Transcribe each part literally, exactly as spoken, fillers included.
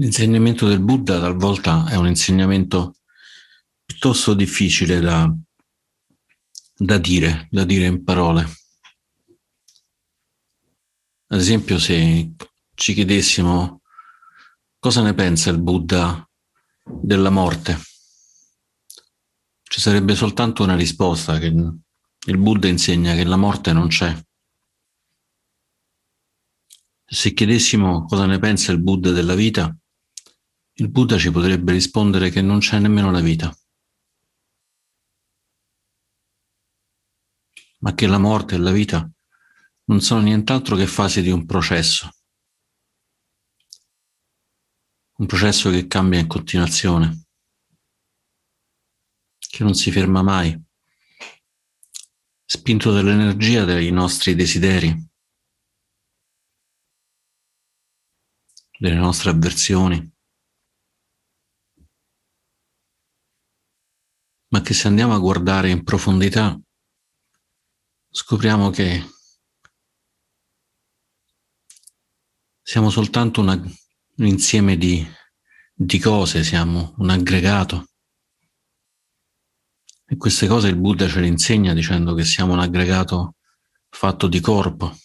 L'insegnamento del Buddha talvolta è un insegnamento piuttosto difficile da, da dire, da dire in parole. Ad esempio, se ci chiedessimo cosa ne pensa il Buddha della morte, ci sarebbe soltanto una risposta, che il Buddha insegna che la morte non c'è. Se chiedessimo cosa ne pensa il Buddha della vita, il Buddha ci potrebbe rispondere che non c'è nemmeno la vita, ma che la morte e la vita non sono nient'altro che fasi di un processo, un processo che cambia in continuazione, che non si ferma mai, spinto dall'energia dei nostri desideri, delle nostre avversioni, ma che se andiamo a guardare in profondità scopriamo che siamo soltanto una, un insieme di, di cose, siamo un aggregato. E queste cose il Buddha ce le insegna dicendo che siamo un aggregato fatto di corpo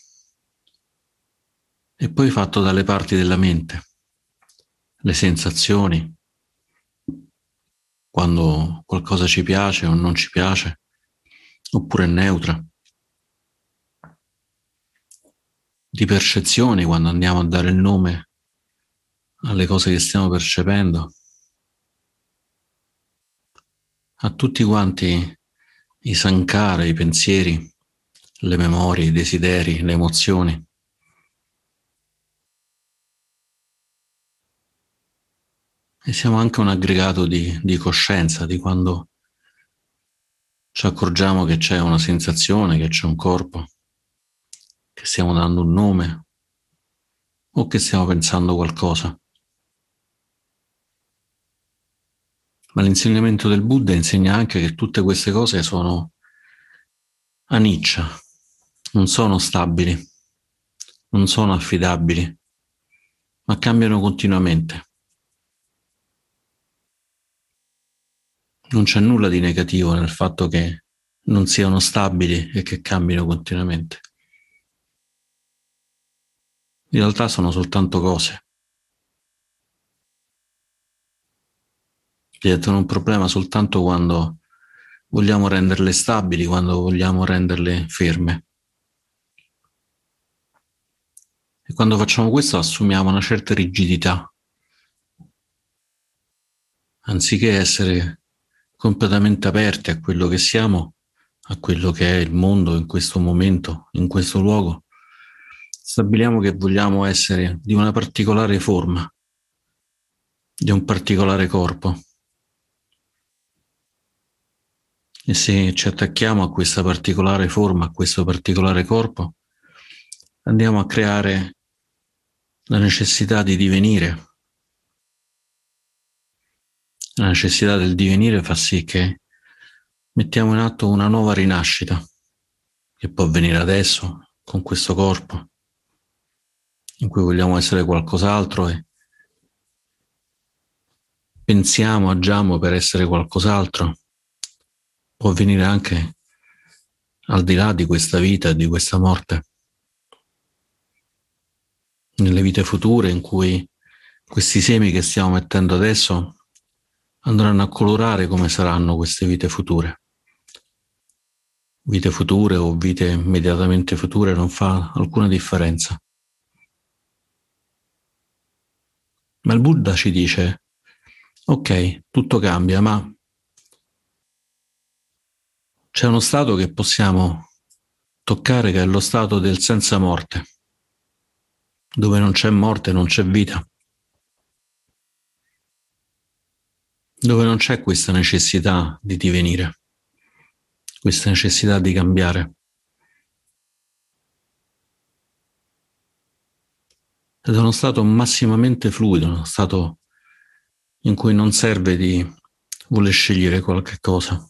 e poi fatto dalle parti della mente, le sensazioni, quando qualcosa ci piace o non ci piace, oppure è neutra, di percezioni quando andiamo a dare il nome alle cose che stiamo percependo, a tutti quanti i sankara, i pensieri, le memorie, i desideri, le emozioni. E siamo anche un aggregato di, di coscienza, di quando ci accorgiamo che c'è una sensazione, che c'è un corpo, che stiamo dando un nome o che stiamo pensando qualcosa. Ma l'insegnamento del Buddha insegna anche che tutte queste cose sono aniccia, non sono stabili, non sono affidabili, ma cambiano continuamente. Non c'è nulla di negativo nel fatto che non siano stabili e che cambino continuamente. In realtà sono soltanto cose. Diventano un problema soltanto quando vogliamo renderle stabili, quando vogliamo renderle ferme. E quando facciamo questo assumiamo una certa rigidità, anziché essere completamente aperti a quello che siamo, a quello che è il mondo in questo momento, in questo luogo. Stabiliamo che vogliamo essere di una particolare forma, di un particolare corpo. E se ci attacchiamo a questa particolare forma, a questo particolare corpo, andiamo a creare la necessità di divenire. La necessità del divenire fa sì che mettiamo in atto una nuova rinascita, che può avvenire adesso, con questo corpo, in cui vogliamo essere qualcos'altro e pensiamo, agiamo per essere qualcos'altro. Può avvenire anche al di là di questa vita e di questa morte, nelle vite future in cui questi semi che stiamo mettendo adesso andranno a colorare come saranno queste vite future. Vite future o vite immediatamente future non fa alcuna differenza. Ma il Buddha ci dice, ok, tutto cambia, ma c'è uno stato che possiamo toccare che è lo stato del senza morte, dove non c'è morte, non c'è vita, dove non c'è questa necessità di divenire, questa necessità di cambiare. Ed è uno stato massimamente fluido, uno stato in cui non serve di voler scegliere qualche cosa.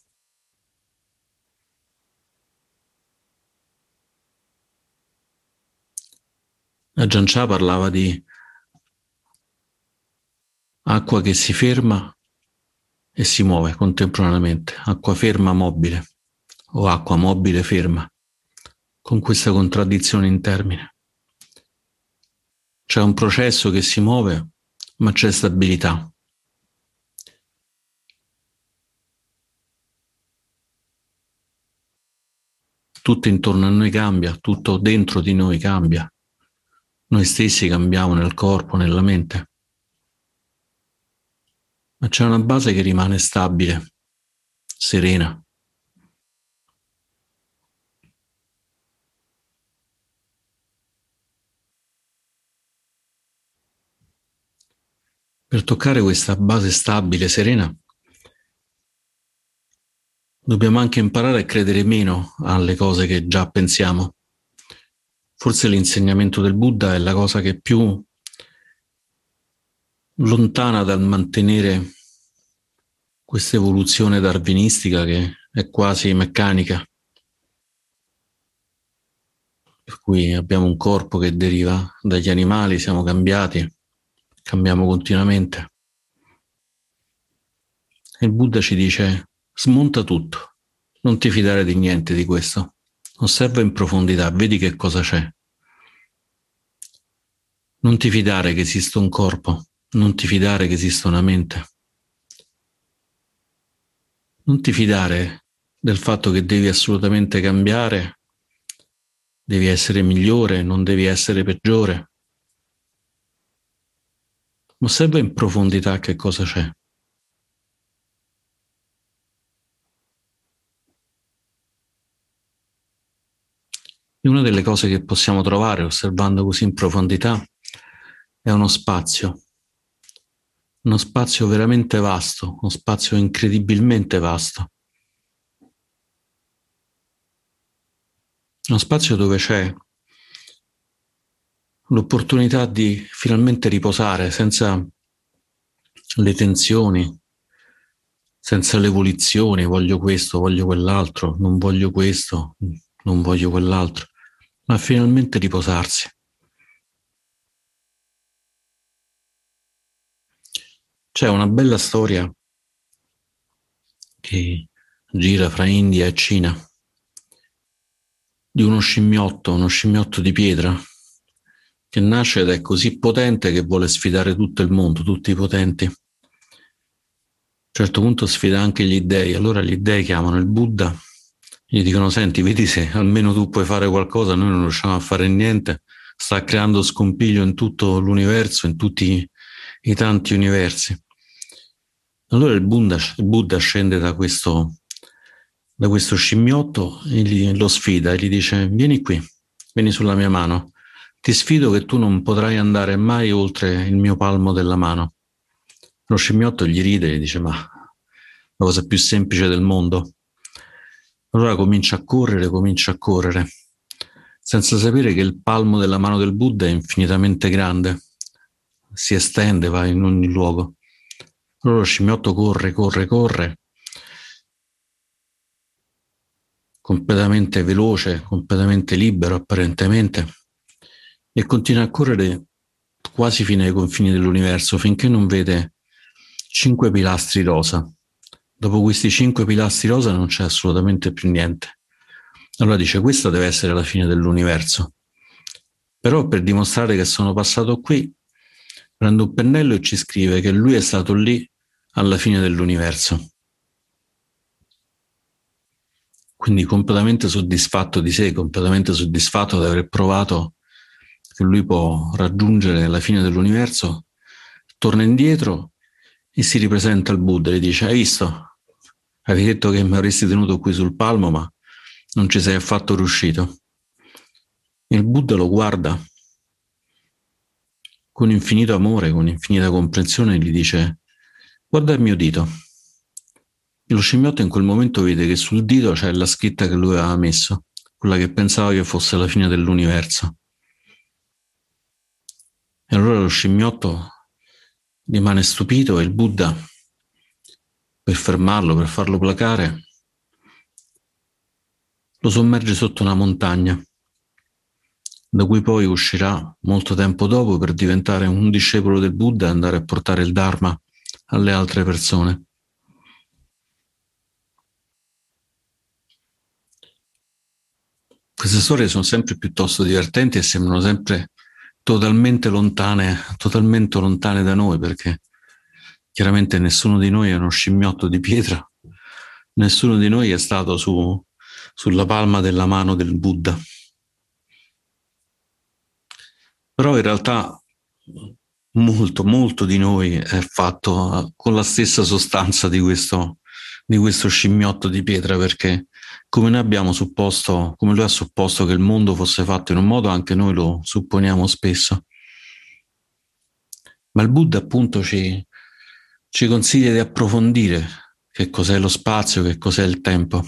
Ajahn Chah parlava di acqua che si ferma e si muove contemporaneamente, acqua ferma mobile o acqua mobile ferma, con questa contraddizione in termine. C'è un processo che si muove, ma c'è stabilità. Tutto intorno a noi cambia, tutto dentro di noi cambia. Noi stessi cambiamo nel corpo, nella mente. Ma c'è una base che rimane stabile, serena. Per toccare questa base stabile, serena, dobbiamo anche imparare a credere meno alle cose che già pensiamo. Forse l'insegnamento del Buddha è la cosa che è più lontana dal mantenere questa evoluzione darwinistica che è quasi meccanica, per cui abbiamo un corpo che deriva dagli animali, siamo cambiati, cambiamo continuamente. E il Buddha ci dice: smonta tutto, non ti fidare di niente di questo, osserva in profondità, vedi che cosa c'è. Non ti fidare che esista un corpo, non ti fidare che esista una mente. Non ti fidare del fatto che devi assolutamente cambiare, devi essere migliore, non devi essere peggiore. Osserva in profondità che cosa c'è. E una delle cose che possiamo trovare osservando così in profondità è uno spazio, uno spazio veramente vasto, uno spazio incredibilmente vasto. Uno spazio dove c'è l'opportunità di finalmente riposare senza le tensioni, senza le volizioni, voglio questo, voglio quell'altro, non voglio questo, non voglio quell'altro, ma finalmente riposarsi. C'è una bella storia che gira fra India e Cina di uno scimmiotto, uno scimmiotto di pietra, che nasce ed è così potente che vuole sfidare tutto il mondo, tutti i potenti. A un certo punto sfida anche gli dèi, allora gli dèi chiamano il Buddha, gli dicono: senti, vedi se almeno tu puoi fare qualcosa, noi non riusciamo a fare niente, sta creando scompiglio in tutto l'universo, in tutti i tanti universi. Allora il Buddha, il Buddha scende da questo, da questo scimmiotto e gli, lo sfida e gli dice: vieni qui, vieni sulla mia mano, ti sfido che tu non potrai andare mai oltre il mio palmo della mano. Lo scimmiotto gli ride e gli dice: ma la cosa più semplice del mondo. Allora comincia a correre, comincia a correre, senza sapere che il palmo della mano del Buddha è infinitamente grande, si estende, va in ogni luogo. Allora lo scimmiotto corre, corre, corre, completamente veloce, completamente libero apparentemente, e continua a correre quasi fino ai confini dell'universo, finché non vede cinque pilastri rosa. Dopo questi cinque pilastri rosa non c'è assolutamente più niente. Allora dice: questa deve essere la fine dell'universo. Però per dimostrare che sono passato qui, prende un pennello e ci scrive che lui è stato lì alla fine dell'universo. Quindi completamente soddisfatto di sé, completamente soddisfatto di aver provato che lui può raggiungere la fine dell'universo, torna indietro e si ripresenta al Buddha e gli dice: hai visto? Avevi detto che mi avresti tenuto qui sul palmo, ma non ci sei affatto riuscito. E il Buddha lo guarda con infinito amore, con infinita comprensione, e gli dice: guarda il mio dito. E lo scimmiotto in quel momento vede che sul dito c'è la scritta che lui aveva messo, quella che pensava che fosse la fine dell'universo. E allora lo scimmiotto rimane stupito e il Buddha, per fermarlo, per farlo placare, lo sommerge sotto una montagna. da cui poi uscirà molto tempo dopo per diventare un discepolo del Buddha e andare a portare il Dharma alle altre persone. Queste storie sono sempre piuttosto divertenti e sembrano sempre totalmente lontane, totalmente lontane da noi, perché chiaramente nessuno di noi è uno scimmiotto di pietra, nessuno di noi è stato su, sulla palma della mano del Buddha. Però in realtà molto, molto di noi è fatto con la stessa sostanza di questo, di questo scimmiotto di pietra, perché come noi abbiamo supposto, come lui ha supposto che il mondo fosse fatto in un modo, anche noi lo supponiamo spesso. Ma il Buddha appunto ci, ci consiglia di approfondire che cos'è lo spazio, che cos'è il tempo.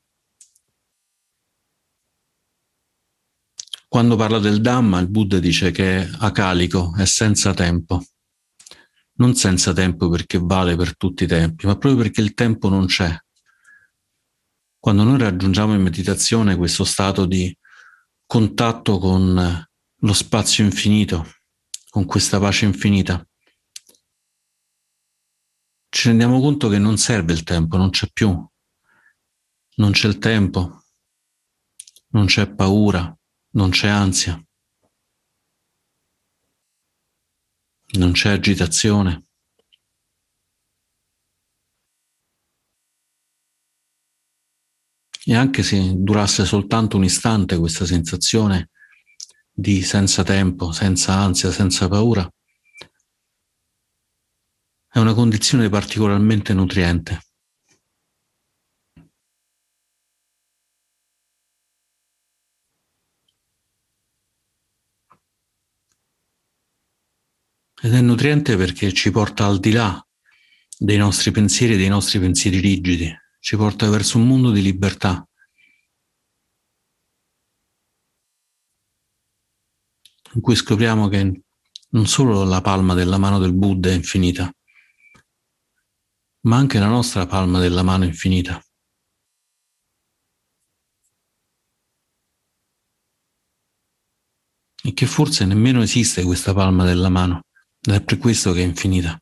Quando parla del Dhamma, il Buddha dice che è acalico, è senza tempo. Non senza tempo perché vale per tutti i tempi, ma proprio perché il tempo non c'è. Quando noi raggiungiamo in meditazione questo stato di contatto con lo spazio infinito, con questa pace infinita, ci rendiamo conto che non serve il tempo, non c'è più. Non c'è il tempo, non c'è paura, non c'è ansia, non c'è agitazione. E anche se durasse soltanto un istante questa sensazione di senza tempo, senza ansia, senza paura, è una condizione particolarmente nutriente. Ed è nutriente perché ci porta al di là dei nostri pensieri e dei nostri pensieri rigidi, ci porta verso un mondo di libertà, in cui scopriamo che non solo la palma della mano del Buddha è infinita, ma anche la nostra palma della mano è infinita. E che forse nemmeno esiste questa palma della mano, ed è per questo che è infinita.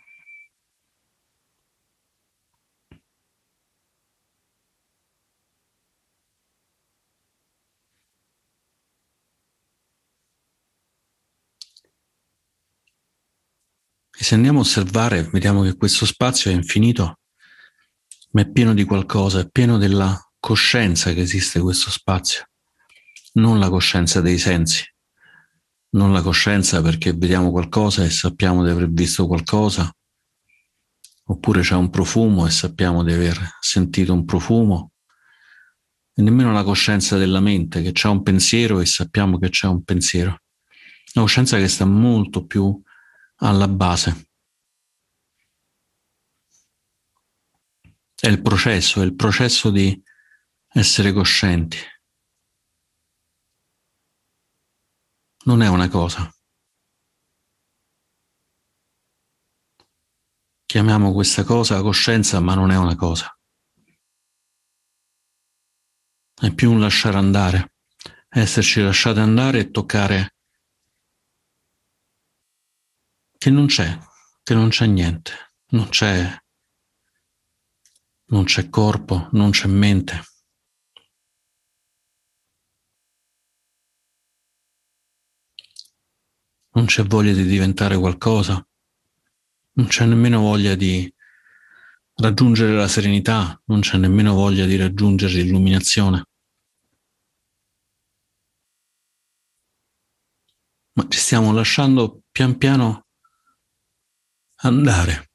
E se andiamo a osservare, vediamo che questo spazio è infinito, ma è pieno di qualcosa, è pieno della coscienza che esiste questo spazio, non la coscienza dei sensi, non la coscienza perché vediamo qualcosa e sappiamo di aver visto qualcosa, oppure c'è un profumo e sappiamo di aver sentito un profumo, e nemmeno la coscienza della mente che c'è un pensiero e sappiamo che c'è un pensiero. Una coscienza che sta molto più alla base. È il processo, è il processo di essere coscienti. Non è una cosa. Chiamiamo questa cosa coscienza, ma non è una cosa. È più un lasciare andare, esserci lasciati andare e toccare che non c'è, che non c'è niente, non c'è, non c'è corpo, non c'è mente. Non c'è voglia di diventare qualcosa, non c'è nemmeno voglia di raggiungere la serenità, non c'è nemmeno voglia di raggiungere l'illuminazione. Ma ci stiamo lasciando pian piano andare,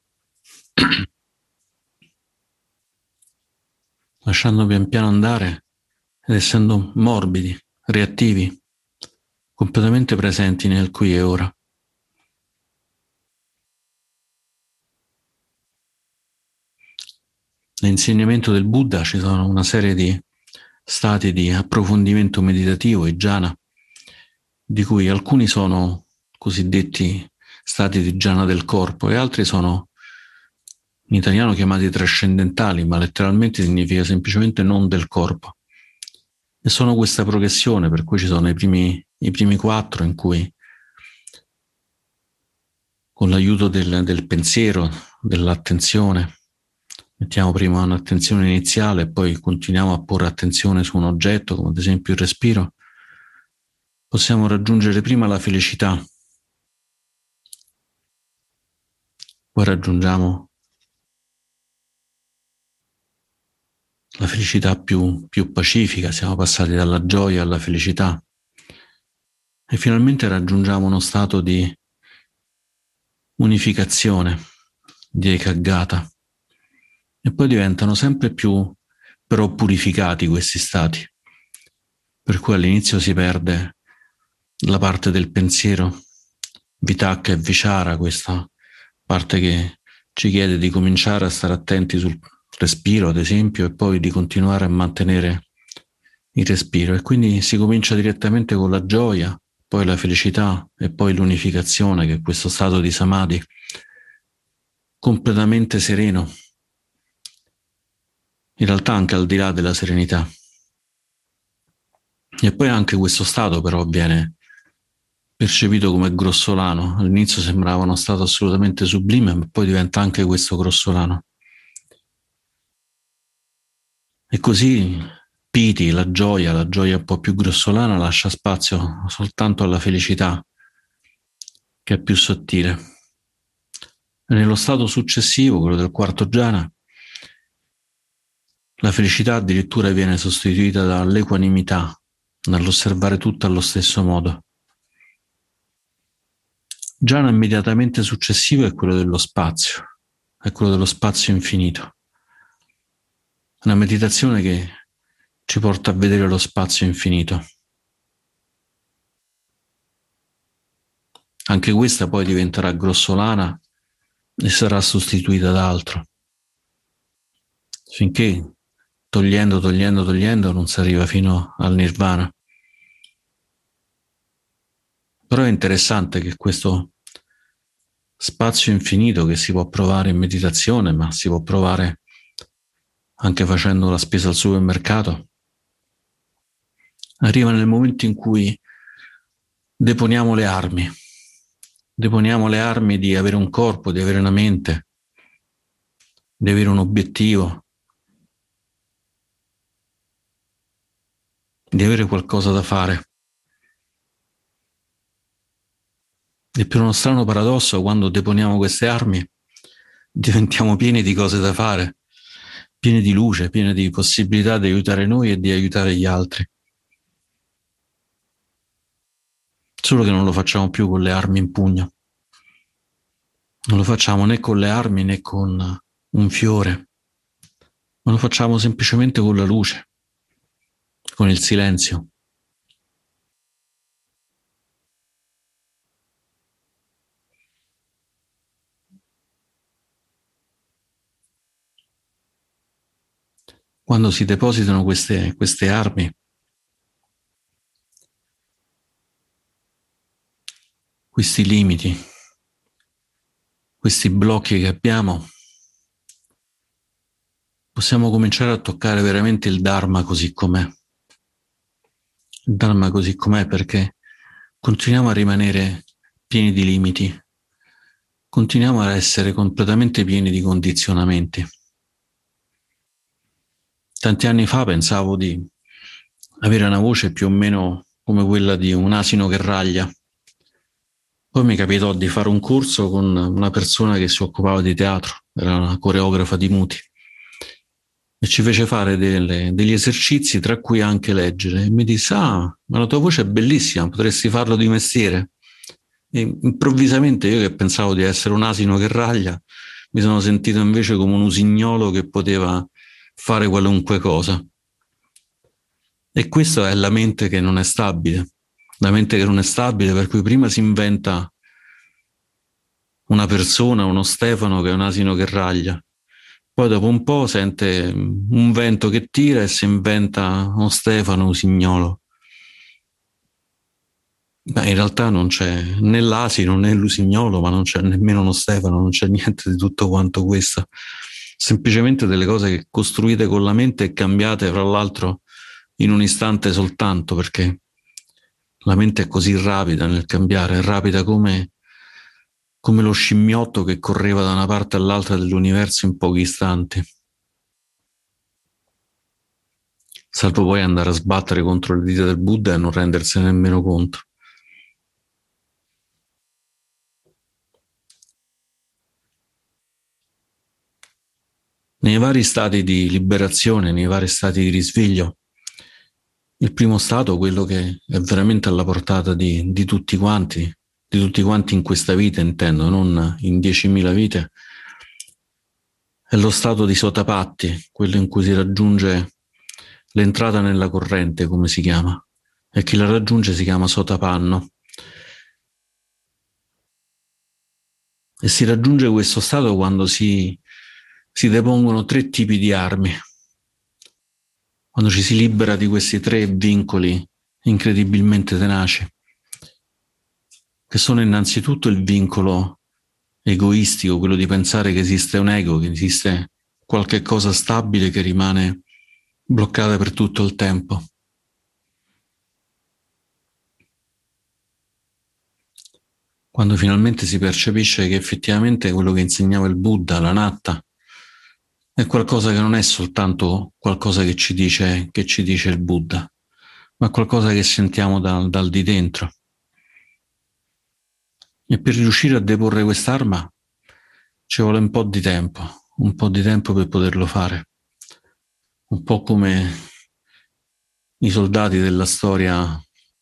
lasciando pian piano andare ed essendo morbidi, reattivi, completamente presenti nel qui e ora. Nell'insegnamento del Buddha ci sono una serie di stati di approfondimento meditativo e jhana, di cui alcuni sono cosiddetti stati di jhana del corpo e altri sono in italiano chiamati trascendentali, ma letteralmente significa semplicemente non del corpo. E sono questa progressione per cui ci sono i primi i primi quattro in cui con l'aiuto del, del pensiero, dell'attenzione, mettiamo prima un'attenzione iniziale e poi continuiamo a porre attenzione su un oggetto, come ad esempio il respiro, possiamo raggiungere prima la felicità, poi raggiungiamo la felicità più, più pacifica, siamo passati dalla gioia alla felicità e finalmente raggiungiamo uno stato di unificazione, di ekaggata, e poi diventano sempre più però purificati questi stati, per cui all'inizio si perde la parte del pensiero, vitakka e vichara, questa parte che ci chiede di cominciare a stare attenti sul respiro, ad esempio, e poi di continuare a mantenere il respiro. E quindi si comincia direttamente con la gioia, poi la felicità e poi l'unificazione, che è questo stato di samadhi completamente sereno, in realtà anche al di là della serenità. E poi anche questo stato però viene percepito come grossolano. All'inizio sembrava uno stato assolutamente sublime, ma poi diventa anche questo grossolano. E così piti, la gioia, la gioia un po' più grossolana, lascia spazio soltanto alla felicità, che è più sottile. E nello stato successivo, quello del quarto jhana, la felicità addirittura viene sostituita dall'equanimità, dall'osservare tutto allo stesso modo. Jhana immediatamente successivo è quello dello spazio, è quello dello spazio infinito. Una meditazione che ci porta a vedere lo spazio infinito. Anche questa poi diventerà grossolana e sarà sostituita da altro, finché togliendo, togliendo, togliendo non si arriva fino al nirvana. Però è interessante che questo spazio infinito che si può provare in meditazione, ma si può provare anche facendo la spesa al supermercato, arriva nel momento in cui deponiamo le armi, deponiamo le armi di avere un corpo, di avere una mente, di avere un obiettivo, di avere qualcosa da fare. E per uno strano paradosso, quando deponiamo queste armi, diventiamo pieni di cose da fare, pieni di luce, pieni di possibilità di aiutare noi e di aiutare gli altri. Solo che non lo facciamo più con le armi in pugno. Non lo facciamo né con le armi né con un fiore, ma lo facciamo semplicemente con la luce, con il silenzio. Quando si depositano queste, queste armi, questi limiti, questi blocchi che abbiamo, possiamo cominciare a toccare veramente il Dharma così com'è. Il Dharma così com'è, perché continuiamo a rimanere pieni di limiti, continuiamo a essere completamente pieni di condizionamenti. Tanti anni fa pensavo di avere una voce più o meno come quella di un asino che raglia. Poi mi capitò di fare un corso con una persona che si occupava di teatro, era una coreografa di muti, e ci fece fare delle, degli esercizi, tra cui anche leggere. E mi disse: ah, ma la tua voce è bellissima, potresti farlo di mestiere. E improvvisamente io, che pensavo di essere un asino che raglia, mi sono sentito invece come un usignolo che poteva fare qualunque cosa. E questa è la mente che non è stabile, la mente che non è stabile, per cui prima si inventa una persona, uno Stefano che è un asino che raglia, poi dopo un po' sente un vento che tira e si inventa uno Stefano usignolo. Beh, in realtà non c'è né l'asino né l'usignolo, ma non c'è nemmeno uno Stefano, non c'è niente di tutto quanto questo. Semplicemente delle cose che costruite con la mente e cambiate, fra l'altro, in un istante soltanto, perché La mente è così rapida nel cambiare, è rapida come, come lo scimmiotto che correva da una parte all'altra dell'universo in pochi istanti, salvo poi andare a sbattere contro le dita del Buddha e non rendersene nemmeno conto. Nei vari stati di liberazione, nei vari stati di risveglio, il primo stato, quello che è veramente alla portata di, di tutti quanti, di tutti quanti in questa vita, intendo, non in diecimila vite, è lo stato di Sotapatti, quello in cui si raggiunge l'entrata nella corrente, come si chiama, e chi la raggiunge si chiama Sotapanno. E si raggiunge questo stato quando si, si depongono tre tipi di armi, quando ci si libera di questi tre vincoli incredibilmente tenaci, che sono innanzitutto il vincolo egoistico, quello di pensare che esiste un ego, che esiste qualche cosa stabile che rimane bloccata per tutto il tempo. Quando finalmente si percepisce che effettivamente quello che insegnava il Buddha, l'anatta, è qualcosa che non è soltanto qualcosa che ci dice, che ci dice il Buddha, ma qualcosa che sentiamo dal, dal di dentro. E per riuscire a deporre quest'arma ci vuole un po' di tempo, un po' di tempo per poterlo fare. Un po' come i soldati della storia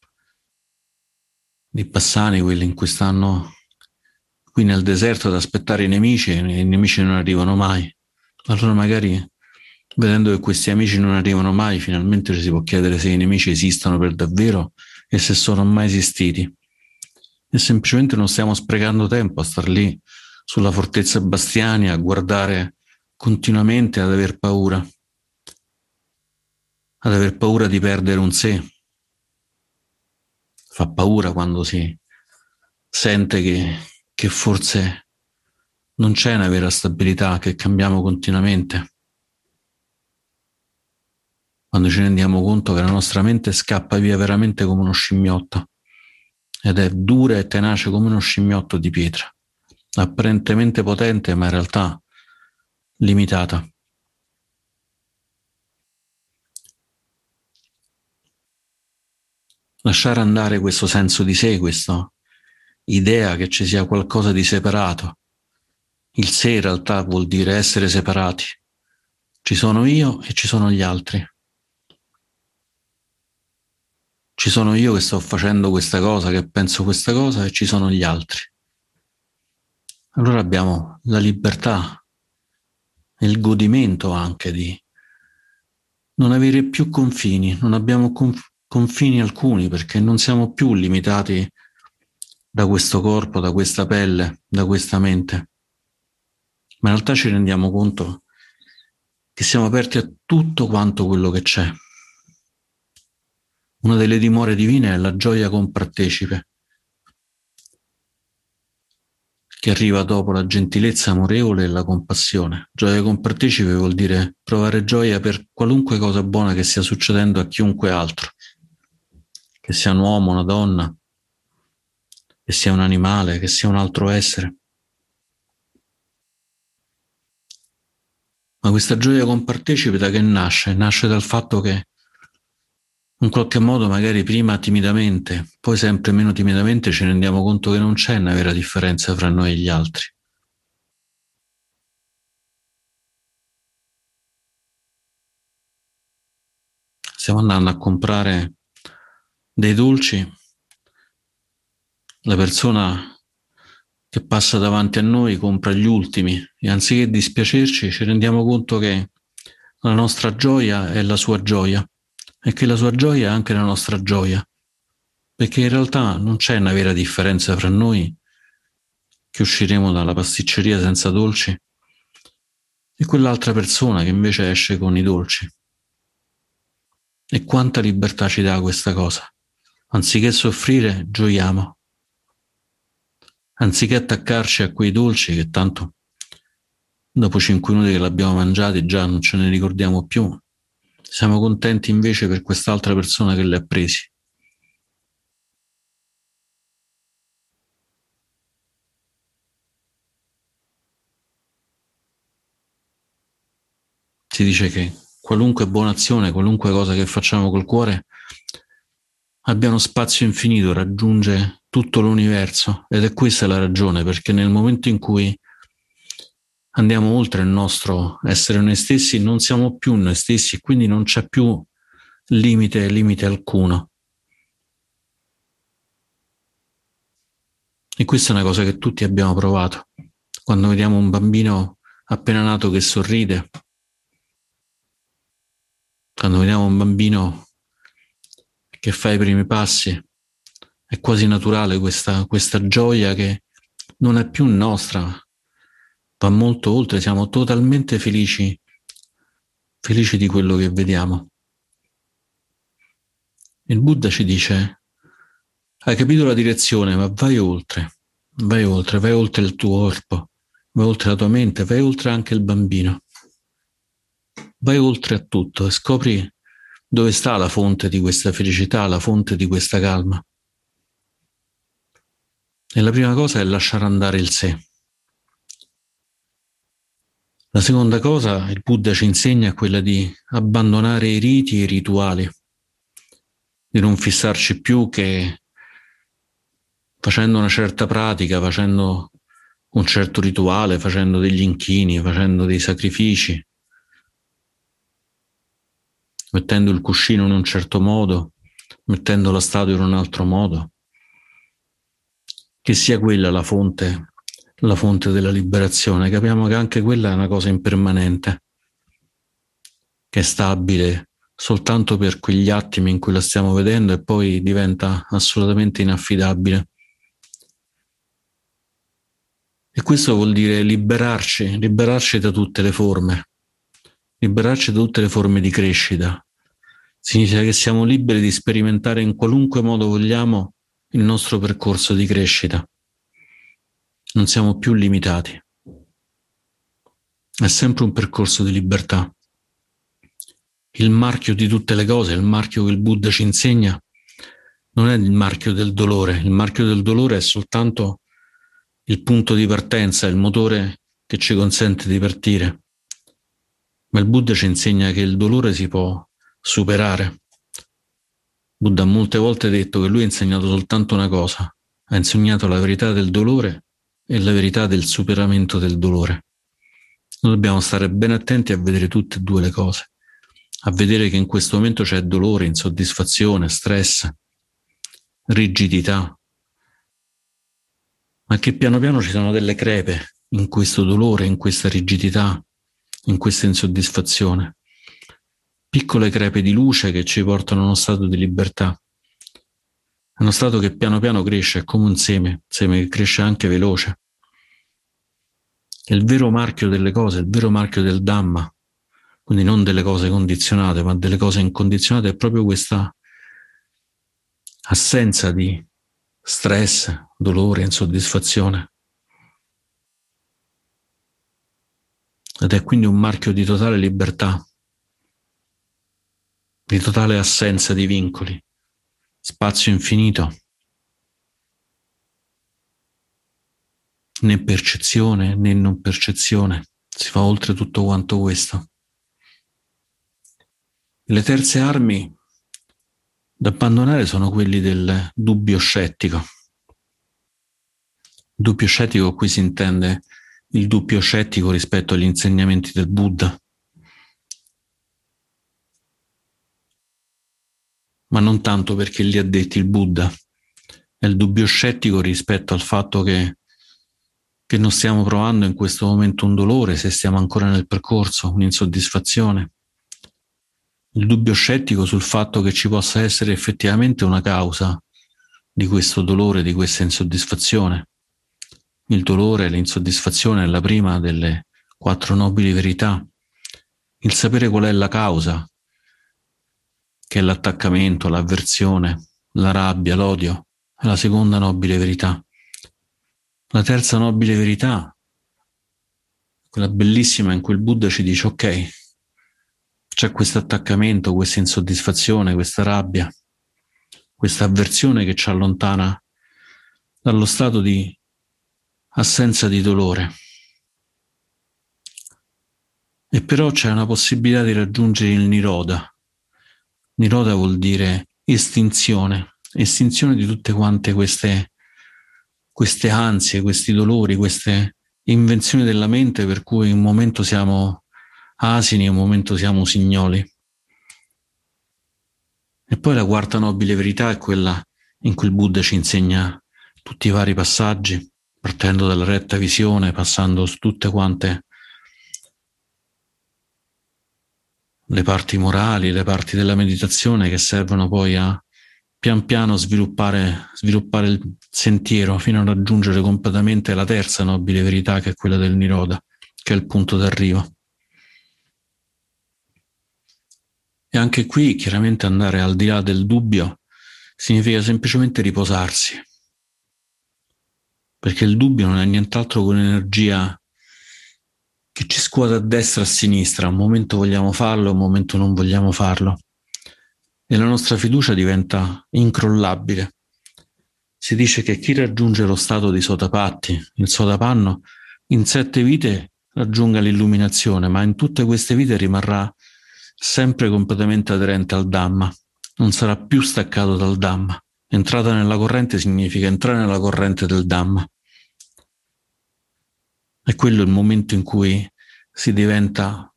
di Bassani, quelli in cui stanno qui nel deserto ad aspettare i nemici e i nemici non arrivano mai. Allora magari, vedendo che questi amici non arrivano mai, finalmente ci si può chiedere se i nemici esistono per davvero e se sono mai esistiti. E semplicemente non stiamo sprecando tempo a star lì sulla fortezza Bastiani a guardare continuamente, ad aver paura, ad aver paura di perdere un sé. Fa paura quando si sente che, che forse non c'è una vera stabilità, che cambiamo continuamente. Quando ci rendiamo conto che la nostra mente scappa via veramente come uno scimmiotto ed è dura e tenace come uno scimmiotto di pietra, apparentemente potente ma in realtà limitata. Lasciare andare questo senso di sé, questa idea che ci sia qualcosa di separato. Il sé in realtà vuol dire essere separati. Ci sono io e ci sono gli altri. Ci sono io che sto facendo questa cosa, che penso questa cosa, e ci sono gli altri. Allora abbiamo la libertà e il godimento anche di non avere più confini, non abbiamo conf- confini alcuni perché non siamo più limitati da questo corpo, da questa pelle, da questa mente. Ma in realtà ci rendiamo conto che siamo aperti a tutto quanto quello che c'è. Una delle dimore divine è la gioia compartecipe, che arriva dopo la gentilezza amorevole e la compassione. Gioia compartecipe vuol dire provare gioia per qualunque cosa buona che stia succedendo a chiunque altro, che sia un uomo, una donna, che sia un animale, che sia un altro essere. Ma questa gioia compartecipe da che nasce? Nasce dal fatto che in qualche modo magari prima timidamente, poi sempre meno timidamente ci rendiamo conto che non c'è una vera differenza fra noi e gli altri. Stiamo andando a comprare dei dolci, la persona che passa davanti a noi compra gli ultimi e anziché dispiacerci ci rendiamo conto che la nostra gioia è la sua gioia e che la sua gioia è anche la nostra gioia, perché in realtà non c'è una vera differenza fra noi che usciremo dalla pasticceria senza dolci e quell'altra persona che invece esce con i dolci. E quanta libertà ci dà questa cosa? Anziché soffrire, gioiamo. Anziché attaccarci a quei dolci che tanto dopo cinque minuti che l'abbiamo mangiati già non ce ne ricordiamo più, siamo contenti invece per quest'altra persona che li ha presi. si dice che qualunque buona azione, qualunque cosa che facciamo col cuore abbia uno spazio infinito, raggiunge tutto l'universo, ed è questa la ragione, perché nel momento in cui andiamo oltre il nostro essere noi stessi, non siamo più noi stessi e quindi non c'è più limite, limite alcuno. E questa è una cosa che tutti abbiamo provato. Quando vediamo un bambino appena nato che sorride, quando vediamo un bambino che fa i primi passi, è quasi naturale questa, questa gioia che non è più nostra, va molto oltre, siamo totalmente felici, felici di quello che vediamo. Il Buddha ci dice: hai capito la direzione, ma vai oltre, vai oltre, vai oltre il tuo corpo, vai oltre la tua mente, vai oltre anche il bambino. Vai oltre a tutto e scopri dove sta la fonte di questa felicità, la fonte di questa calma. E la prima cosa è lasciare andare il sé. La seconda cosa, il Buddha ci insegna, è quella di abbandonare i riti e i rituali, di non fissarci più che facendo una certa pratica, facendo un certo rituale, facendo degli inchini, facendo dei sacrifici, mettendo il cuscino in un certo modo, mettendo la statua in un altro modo, che sia quella la fonte, la fonte della liberazione. Capiamo che anche quella è una cosa impermanente, che è stabile soltanto per quegli attimi in cui la stiamo vedendo e poi diventa assolutamente inaffidabile. E questo vuol dire liberarci, liberarci da tutte le forme, liberarci da tutte le forme di crescita. Significa che siamo liberi di sperimentare in qualunque modo vogliamo il nostro percorso di crescita. Non siamo più limitati. È sempre un percorso di libertà. Il marchio di tutte le cose, il marchio che il Buddha ci insegna, non è il marchio del dolore. Il marchio del dolore è soltanto il punto di partenza, il motore che ci consente di partire. Ma il Buddha ci insegna che il dolore si può superare. Buddha molte volte ha detto che lui ha insegnato soltanto una cosa: ha insegnato la verità del dolore e la verità del superamento del dolore. Noi dobbiamo stare ben attenti a vedere tutte e due le cose, a vedere che in questo momento c'è dolore, insoddisfazione, stress, rigidità, ma che piano piano ci sono delle crepe in questo dolore, in questa rigidità, in questa insoddisfazione. Piccole crepe di luce che ci portano a uno stato di libertà. È uno stato che piano piano cresce, è come un seme, un seme che cresce anche veloce. È il vero marchio delle cose, il vero marchio del Dhamma, quindi non delle cose condizionate, ma delle cose incondizionate, è proprio questa assenza di stress, dolore, insoddisfazione. Ed è quindi un marchio di totale libertà, di totale assenza di vincoli, spazio infinito, né percezione né non percezione, si va oltre tutto quanto questo. E le terze armi da abbandonare sono quelli del dubbio scettico. Il dubbio scettico, qui si intende il dubbio scettico rispetto agli insegnamenti del Buddha, ma non tanto perché li ha detti il Buddha. È il dubbio scettico rispetto al fatto che, che non stiamo provando in questo momento un dolore, se stiamo ancora nel percorso, un'insoddisfazione. Il dubbio scettico sul fatto che ci possa essere effettivamente una causa di questo dolore, di questa insoddisfazione. Il dolore e l'insoddisfazione è la prima delle quattro nobili verità. Il sapere qual è la causa, che è l'attaccamento, l'avversione, la rabbia, l'odio, è la seconda nobile verità. La terza nobile verità, quella bellissima in cui il Buddha ci dice: ok, c'è questo attaccamento, questa insoddisfazione, questa rabbia, questa avversione che ci allontana dallo stato di assenza di dolore. E però c'è una possibilità di raggiungere il Niroda. Niroda vuol dire estinzione, estinzione di tutte quante queste, queste ansie, questi dolori, queste invenzioni della mente per cui un momento siamo asini e un momento siamo usignoli. E poi la quarta nobile verità è quella in cui il Buddha ci insegna tutti i vari passaggi, partendo dalla retta visione, passando su tutte quante le parti morali, le parti della meditazione che servono poi a pian piano sviluppare, sviluppare il sentiero fino a raggiungere completamente la terza nobile verità, che è quella del Niroda, che è il punto d'arrivo. E anche qui chiaramente andare al di là del dubbio significa semplicemente riposarsi, perché il dubbio non è nient'altro che un'energia che ci scuote a destra e a sinistra, un momento vogliamo farlo, un momento non vogliamo farlo, e la nostra fiducia diventa incrollabile. Si dice che chi raggiunge lo stato di Sotapatti, il Sotapanno, in sette vite raggiunga l'illuminazione, ma in tutte queste vite rimarrà sempre completamente aderente al Dhamma, non sarà più staccato dal Dhamma. Entrata nella corrente significa entrare nella corrente del Dhamma. È quello il momento in cui si diventa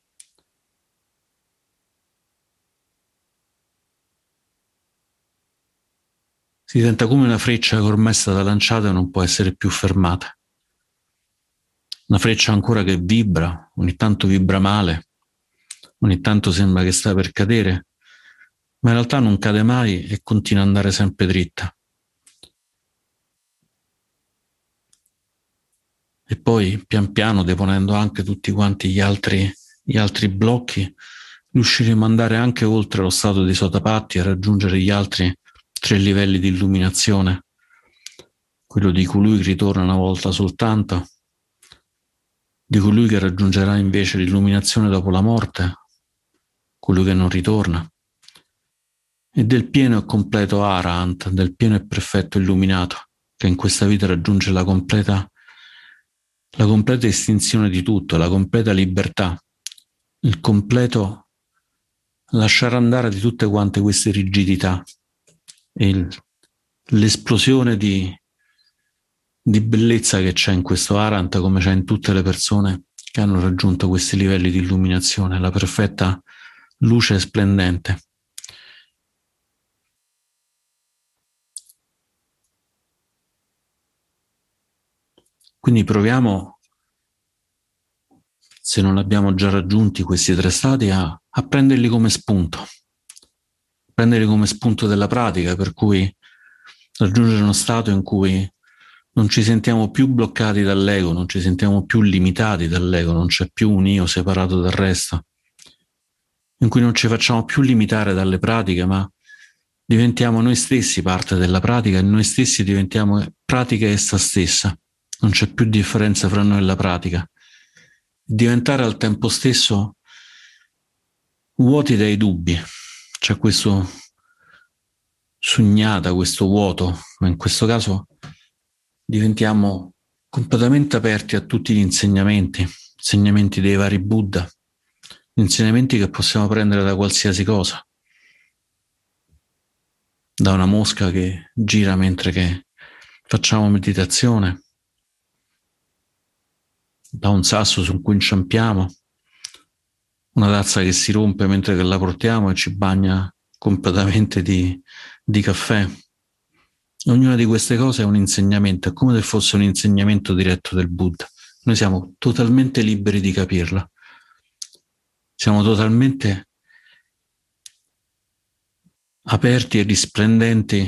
si diventa come una freccia che ormai è stata lanciata e non può essere più fermata. Una freccia ancora che vibra, ogni tanto vibra male, ogni tanto sembra che sta per cadere, ma in realtà non cade mai e continua ad andare sempre dritta. E poi pian piano, deponendo anche tutti quanti gli altri, gli altri blocchi, riusciremo ad andare anche oltre lo stato di Sotapatti e raggiungere gli altri tre livelli di illuminazione, quello di colui che ritorna una volta soltanto, di colui che raggiungerà invece l'illuminazione dopo la morte, colui che non ritorna, e del pieno e completo Arahant, del pieno e perfetto illuminato, che in questa vita raggiunge la completa la completa estinzione di tutto, la completa libertà, il completo lasciare andare di tutte quante queste rigidità e il, l'esplosione di, di bellezza che c'è in questo Arahant, come c'è in tutte le persone che hanno raggiunto questi livelli di illuminazione, la perfetta luce splendente. Quindi proviamo, se non abbiamo già raggiunti questi tre stati, a, a prenderli come spunto, prenderli come spunto della pratica, per cui raggiungere uno stato in cui non ci sentiamo più bloccati dall'ego, non ci sentiamo più limitati dall'ego, non c'è più un io separato dal resto, in cui non ci facciamo più limitare dalle pratiche, ma diventiamo noi stessi parte della pratica e noi stessi diventiamo pratica essa stessa. Non c'è più differenza fra noi e la pratica. Diventare al tempo stesso vuoti dai dubbi. C'è questo sugnata, questo vuoto, ma in questo caso diventiamo completamente aperti a tutti gli insegnamenti, insegnamenti dei vari Buddha, insegnamenti che possiamo prendere da qualsiasi cosa, da una mosca che gira mentre che facciamo meditazione, da un sasso su cui inciampiamo, una tazza che si rompe mentre che la portiamo e ci bagna completamente di, di caffè. Ognuna di queste cose è un insegnamento, è come se fosse un insegnamento diretto del Buddha. Noi siamo totalmente liberi di capirla. Siamo totalmente aperti e risplendenti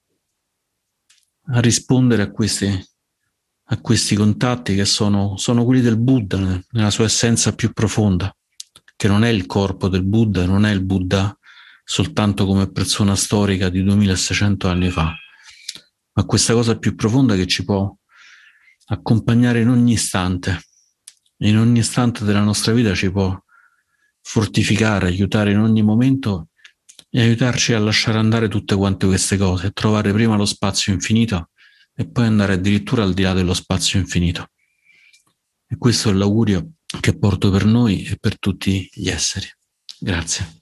a rispondere a questi a questi contatti che sono, sono quelli del Buddha nella sua essenza più profonda, che non è il corpo del Buddha, non è il Buddha soltanto come persona storica di duemilaseicento anni fa, ma questa cosa più profonda che ci può accompagnare in ogni istante, in ogni istante della nostra vita ci può fortificare, aiutare in ogni momento e aiutarci a lasciare andare tutte quante queste cose, a trovare prima lo spazio infinito e poi andare addirittura al di là dello spazio infinito. E questo è l'augurio che porto per noi e per tutti gli esseri. Grazie.